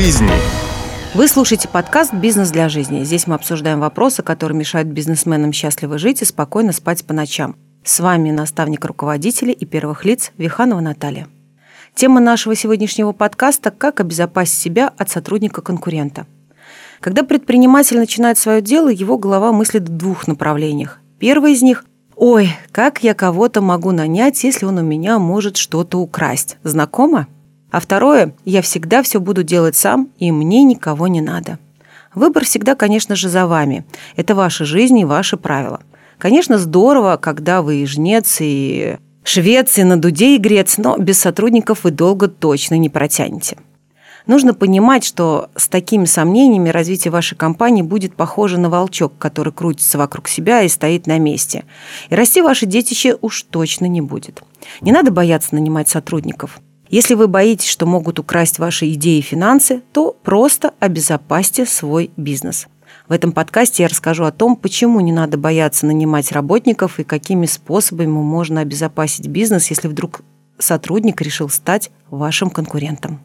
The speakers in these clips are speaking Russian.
жизни». Вы слушаете подкаст «Бизнес для жизни». Здесь мы обсуждаем вопросы, которые мешают бизнесменам счастливо жить и спокойно спать по ночам. С вами наставник руководителей и первых лиц Виханова Наталья. Тема нашего сегодняшнего подкаста – как обезопасить себя от сотрудника-конкурента. Когда предприниматель начинает свое дело, его голова мыслит в двух направлениях. Первое из них – «Ой, как я кого-то могу нанять, если он у меня может что-то украсть». Знакомо? А второе – «Я всегда все буду делать сам, и мне никого не надо». Выбор всегда, конечно же, за вами. Это ваша жизнь и ваши правила. Конечно, здорово, когда вы и жнец, и швец, и на дуде и грец, но без сотрудников вы долго точно не протянете. Нужно понимать, что с такими сомнениями развитие вашей компании будет похоже на волчок, который крутится вокруг себя и стоит на месте. И расти ваше детище уж точно не будет. Не надо бояться нанимать сотрудников. Если вы боитесь, что могут украсть ваши идеи и финансы, то просто обезопасьте свой бизнес. В этом подкасте я расскажу о том, почему не надо бояться нанимать работников и какими способами можно обезопасить бизнес, если вдруг сотрудник решил стать вашим конкурентом.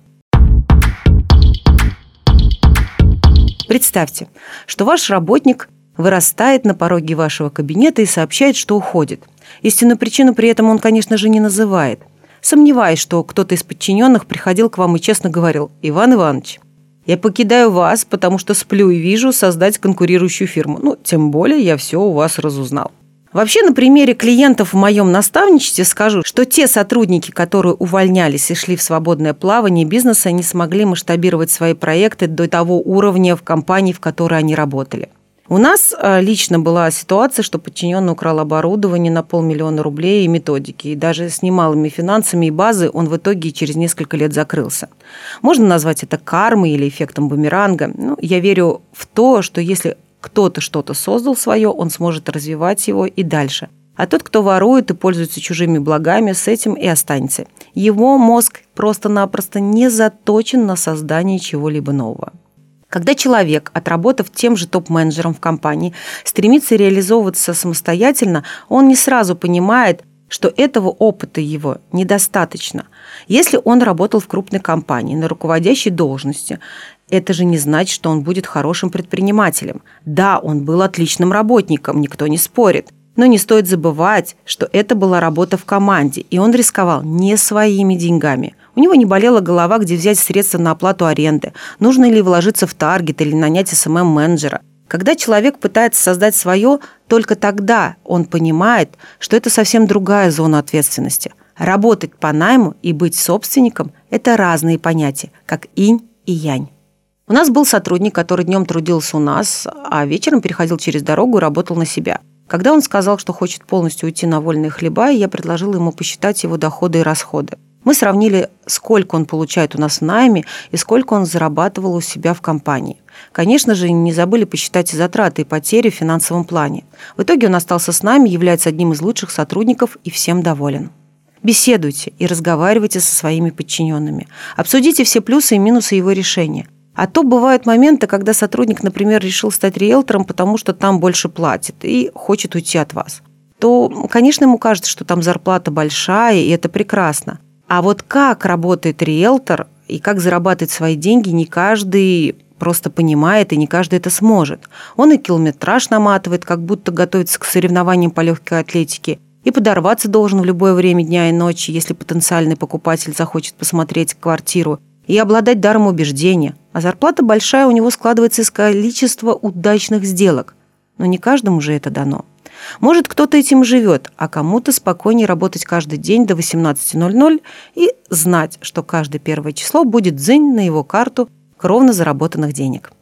Представьте, что ваш работник вырастает на пороге вашего кабинета и сообщает, что уходит. Истинную причину при этом он, конечно же, не называет. Сомневаюсь, что кто-то из подчиненных приходил к вам и честно говорил: «Иван Иванович, я покидаю вас, потому что сплю и вижу создать конкурирующую фирму. Тем более я все у вас разузнал». Вообще, на примере клиентов в моем наставничестве скажу, что те сотрудники, которые увольнялись и шли в свободное плавание бизнеса, не смогли масштабировать свои проекты до того уровня в компании, в которой они работали. У нас лично была ситуация, что подчиненный украл оборудование на 500 000 рублей и методики. И даже с немалыми финансами и базой он в итоге через несколько лет закрылся. Можно назвать это кармой или эффектом бумеранга. Я верю в то, что если кто-то что-то создал свое, он сможет развивать его и дальше. А тот, кто ворует и пользуется чужими благами, с этим и останется. Его мозг просто-напросто не заточен на создание чего-либо нового. Когда человек, отработав тем же топ-менеджером в компании, стремится реализовываться самостоятельно, он не сразу понимает, что этого опыта его недостаточно. Если он работал в крупной компании на руководящей должности, это же не значит, что он будет хорошим предпринимателем. Да, он был отличным работником, никто не спорит. Но не стоит забывать, что это была работа в команде, и он рисковал не своими деньгами. У него не болела голова, где взять средства на оплату аренды, нужно ли вложиться в таргет или нанять СММ-менеджера. Когда человек пытается создать свое, только тогда он понимает, что это совсем другая зона ответственности. Работать по найму и быть собственником – это разные понятия, как инь и янь. У нас был сотрудник, который днем трудился у нас, а вечером переходил через дорогу и работал на себя. Когда он сказал, что хочет полностью уйти на вольные хлеба, я предложила ему посчитать его доходы и расходы. Мы сравнили, сколько он получает у нас в найме и сколько он зарабатывал у себя в компании. Конечно же, не забыли посчитать и затраты, и потери в финансовом плане. В итоге он остался с нами, является одним из лучших сотрудников и всем доволен. Беседуйте и разговаривайте со своими подчиненными. Обсудите все плюсы и минусы его решения. А то бывают моменты, когда сотрудник, например, решил стать риэлтором, потому что там больше платят и хочет уйти от вас. То, конечно, ему кажется, что там зарплата большая, и это прекрасно. А вот как работает риэлтор и как зарабатывать свои деньги, не каждый просто понимает, и не каждый это сможет. Он и километраж наматывает, как будто готовится к соревнованиям по легкой атлетике, и подорваться должен в любое время дня и ночи, если потенциальный покупатель захочет посмотреть квартиру, и обладать даром убеждения. А зарплата большая у него складывается из количества удачных сделок. Но не каждому же это дано. Может, кто-то этим живет, а кому-то спокойнее работать каждый день до 18:00 и знать, что каждое первое число будет дзынь на его карту кровно заработанных денег.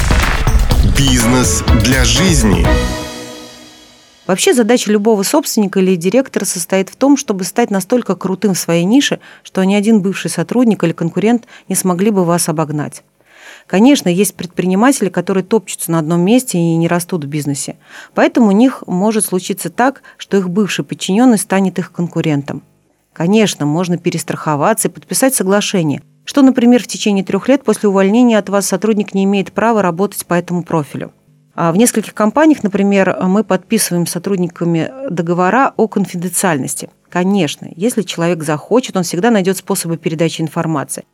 Бизнес для жизни. Вообще задача любого собственника или директора состоит в том, чтобы стать настолько крутым в своей нише, что ни один бывший сотрудник или конкурент не смогли бы вас обогнать. Конечно, есть предприниматели, которые топчутся на одном месте и не растут в бизнесе. Поэтому у них может случиться так, что их бывший подчиненный станет их конкурентом. Конечно, можно перестраховаться и подписать соглашение, что, например, в течение 3 лет после увольнения от вас сотрудник не имеет права работать по этому профилю. А в нескольких компаниях, например, мы подписываем с сотрудниками договора о конфиденциальности. Конечно, если человек захочет, он всегда найдет способы передачи информации.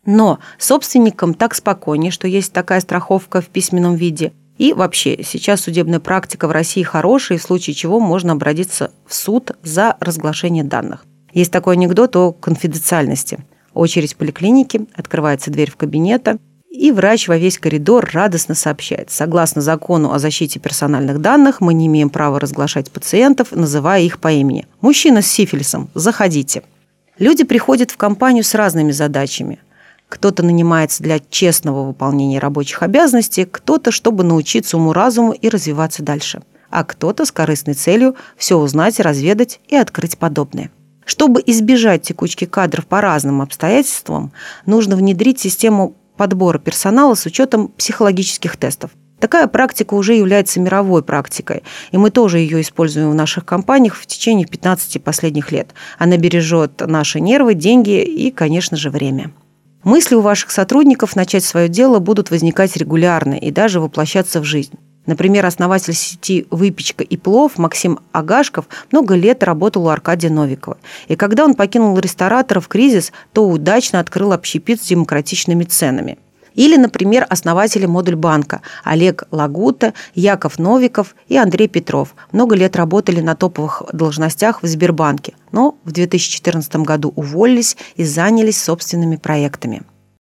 Но собственникам так спокойнее, что есть такая страховка в письменном виде. И вообще, сейчас судебная практика в России хорошая, в случае чего можно обратиться в суд за разглашение данных. Есть такой анекдот о конфиденциальности. Очередь в поликлинике, открывается дверь в кабинет, и врач во весь коридор радостно сообщает: согласно закону о защите персональных данных, мы не имеем права разглашать пациентов, называя их по имени. Мужчина с сифилисом, заходите. Люди приходят в компанию с разными задачами. Кто-то нанимается для честного выполнения рабочих обязанностей, кто-то, чтобы научиться уму-разуму и развиваться дальше, а кто-то с корыстной целью все узнать, разведать и открыть подобное. Чтобы избежать текучки кадров по разным обстоятельствам, нужно внедрить систему подбора персонала с учетом психологических тестов. Такая практика уже является мировой практикой, и мы тоже ее используем в наших компаниях в течение 15 последних лет. Она бережет наши нервы, деньги и, конечно же, время. Мысли у ваших сотрудников начать свое дело будут возникать регулярно и даже воплощаться в жизнь. Например, основатель сети «Выпечка и плов» Максим Агашков много лет работал у Аркадия Новикова. И когда он покинул ресторатора в кризис, то удачно открыл общепит с демократичными ценами. Или, например, основатели Модульбанка Олег Лагута, Яков Новиков и Андрей Петров много лет работали на топовых должностях в Сбербанке, но в 2014 году уволились и занялись собственными проектами.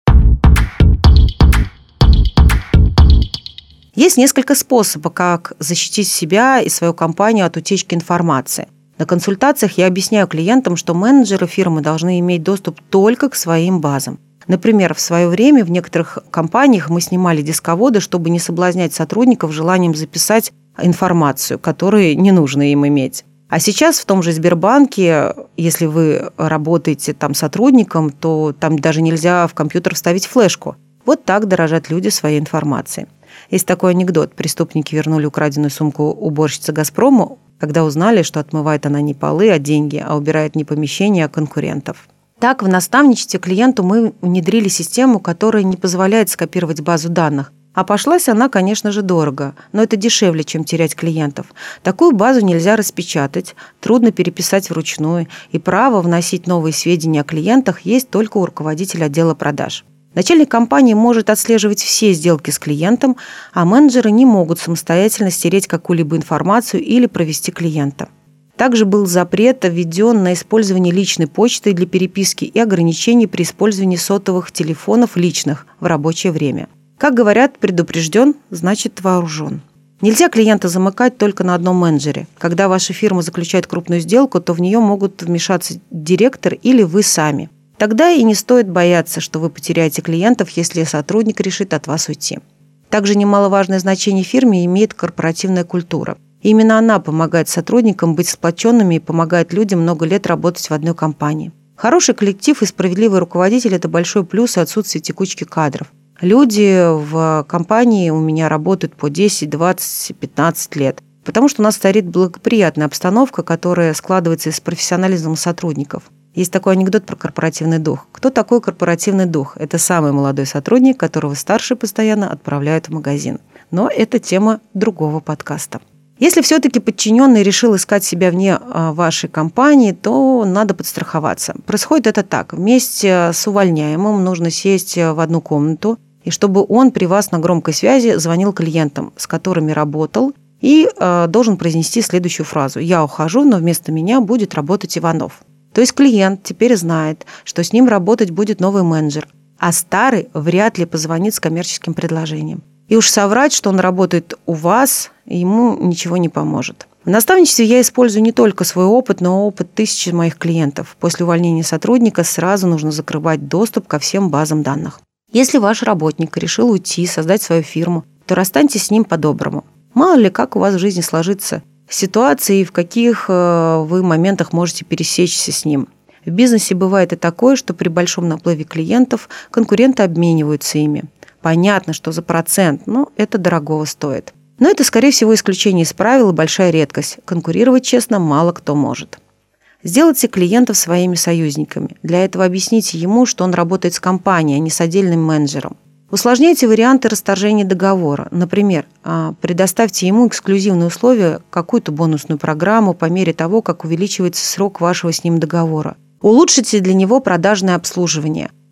Есть несколько способов, как защитить себя и свою компанию от утечки информации. На консультациях я объясняю клиентам, что менеджеры фирмы должны иметь доступ только к своим базам. Например, в свое время в некоторых компаниях мы снимали дисководы, чтобы не соблазнять сотрудников желанием записать информацию, которую не нужно им иметь. А сейчас в том же Сбербанке, если вы работаете там сотрудником, то там даже нельзя в компьютер вставить флешку. Вот так дорожат люди своей информацией. Есть такой анекдот. Преступники вернули украденную сумку уборщицы «Газпрому», когда узнали, что отмывает она не полы, а деньги, а убирает не помещения, а конкурентов. Так, в наставничестве клиенту мы внедрили систему, которая не позволяет скопировать базу данных. Обошлась она, конечно же, дорого, но это дешевле, чем терять клиентов. Такую базу нельзя распечатать, трудно переписать вручную, и право вносить новые сведения о клиентах есть только у руководителя отдела продаж. Начальник компании может отслеживать все сделки с клиентом, а менеджеры не могут самостоятельно стереть какую-либо информацию или провести клиента. Также был запрет введен на использование личной почты для переписки и ограничений при использовании сотовых телефонов личных в рабочее время. Как говорят, предупрежден, значит вооружен. Нельзя клиента замыкать только на одном менеджере. Когда ваша фирма заключает крупную сделку, то в нее могут вмешаться директор или вы сами. Тогда и не стоит бояться, что вы потеряете клиентов, если сотрудник решит от вас уйти. Также немаловажное значение в фирме имеет корпоративная культура. И именно она помогает сотрудникам быть сплоченными и помогает людям много лет работать в одной компании. Хороший коллектив и справедливый руководитель – это большой плюс и отсутствие текучки кадров. Люди в компании у меня работают по 10, 20, 15 лет, потому что у нас царит благоприятная обстановка, которая складывается из профессионализма сотрудников. Есть такой анекдот про корпоративный дух. Кто такой корпоративный дух? Это самый молодой сотрудник, которого старшие постоянно отправляют в магазин. Но это тема другого подкаста. Если все-таки подчиненный решил искать себя вне вашей компании, то надо подстраховаться. Происходит это так. Вместе с увольняемым нужно сесть в одну комнату, и чтобы он при вас на громкой связи звонил клиентам, с которыми работал, и должен произнести следующую фразу: «Я ухожу, но вместо меня будет работать Иванов». То есть клиент теперь знает, что с ним работать будет новый менеджер, а старый вряд ли позвонит с коммерческим предложением. И уж соврать, что он работает у вас, ему ничего не поможет. В наставничестве я использую не только свой опыт, но и опыт тысяч моих клиентов. После увольнения сотрудника сразу нужно закрывать доступ ко всем базам данных. Если ваш работник решил уйти, создать свою фирму, то расстаньтесь с ним по-доброму. Мало ли, как у вас в жизни сложится ситуации, в каких вы моментах можете пересечься с ним. В бизнесе бывает и такое, что при большом наплыве клиентов конкуренты обмениваются ими. Понятно, что за процент, но это дорогого стоит. Но это, скорее всего, исключение из правил и большая редкость. Конкурировать честно мало кто может. Сделайте клиентов своими союзниками. Для этого объясните ему, что он работает с компанией, а не с отдельным менеджером. Усложняйте варианты расторжения договора. Например, предоставьте ему эксклюзивные условия, какую-то бонусную программу по мере того, как увеличивается срок вашего с ним договора. Улучшите для него продажное обслуживание.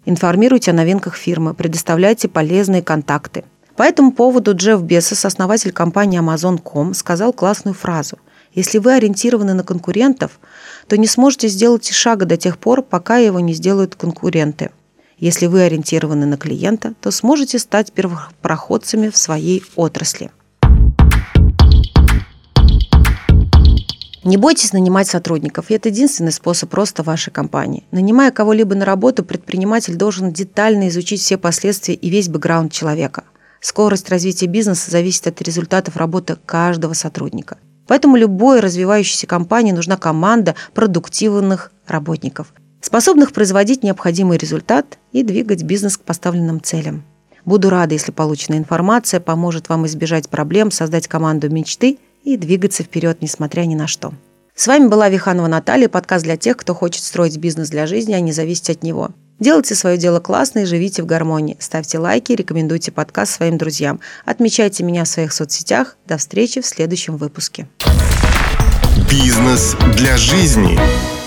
Информируйте о новинках фирмы, предоставляйте полезные контакты. По этому поводу Джефф Безос, основатель компании Amazon.com, сказал классную фразу: «Если вы ориентированы на конкурентов, то не сможете сделать и шага до тех пор, пока его не сделают конкуренты. Если вы ориентированы на клиента, то сможете стать первопроходцами в своей отрасли». Не бойтесь нанимать сотрудников, и это единственный способ роста вашей компании. Нанимая кого-либо на работу, предприниматель должен детально изучить все последствия и весь бэкграунд человека. Скорость развития бизнеса зависит от результатов работы каждого сотрудника. Поэтому любой развивающейся компании нужна команда продуктивных работников, способных производить необходимый результат и двигать бизнес к поставленным целям. Буду рада, если полученная информация поможет вам избежать проблем, создать команду мечты и двигаться вперед, несмотря ни на что. С вами была Виханова Наталья, подкаст для тех, кто хочет строить бизнес для жизни, а не зависеть от него. Делайте свое дело классно и живите в гармонии. Ставьте лайки, рекомендуйте подкаст своим друзьям. Отмечайте меня в своих соцсетях. До встречи в следующем выпуске. Бизнес для жизни.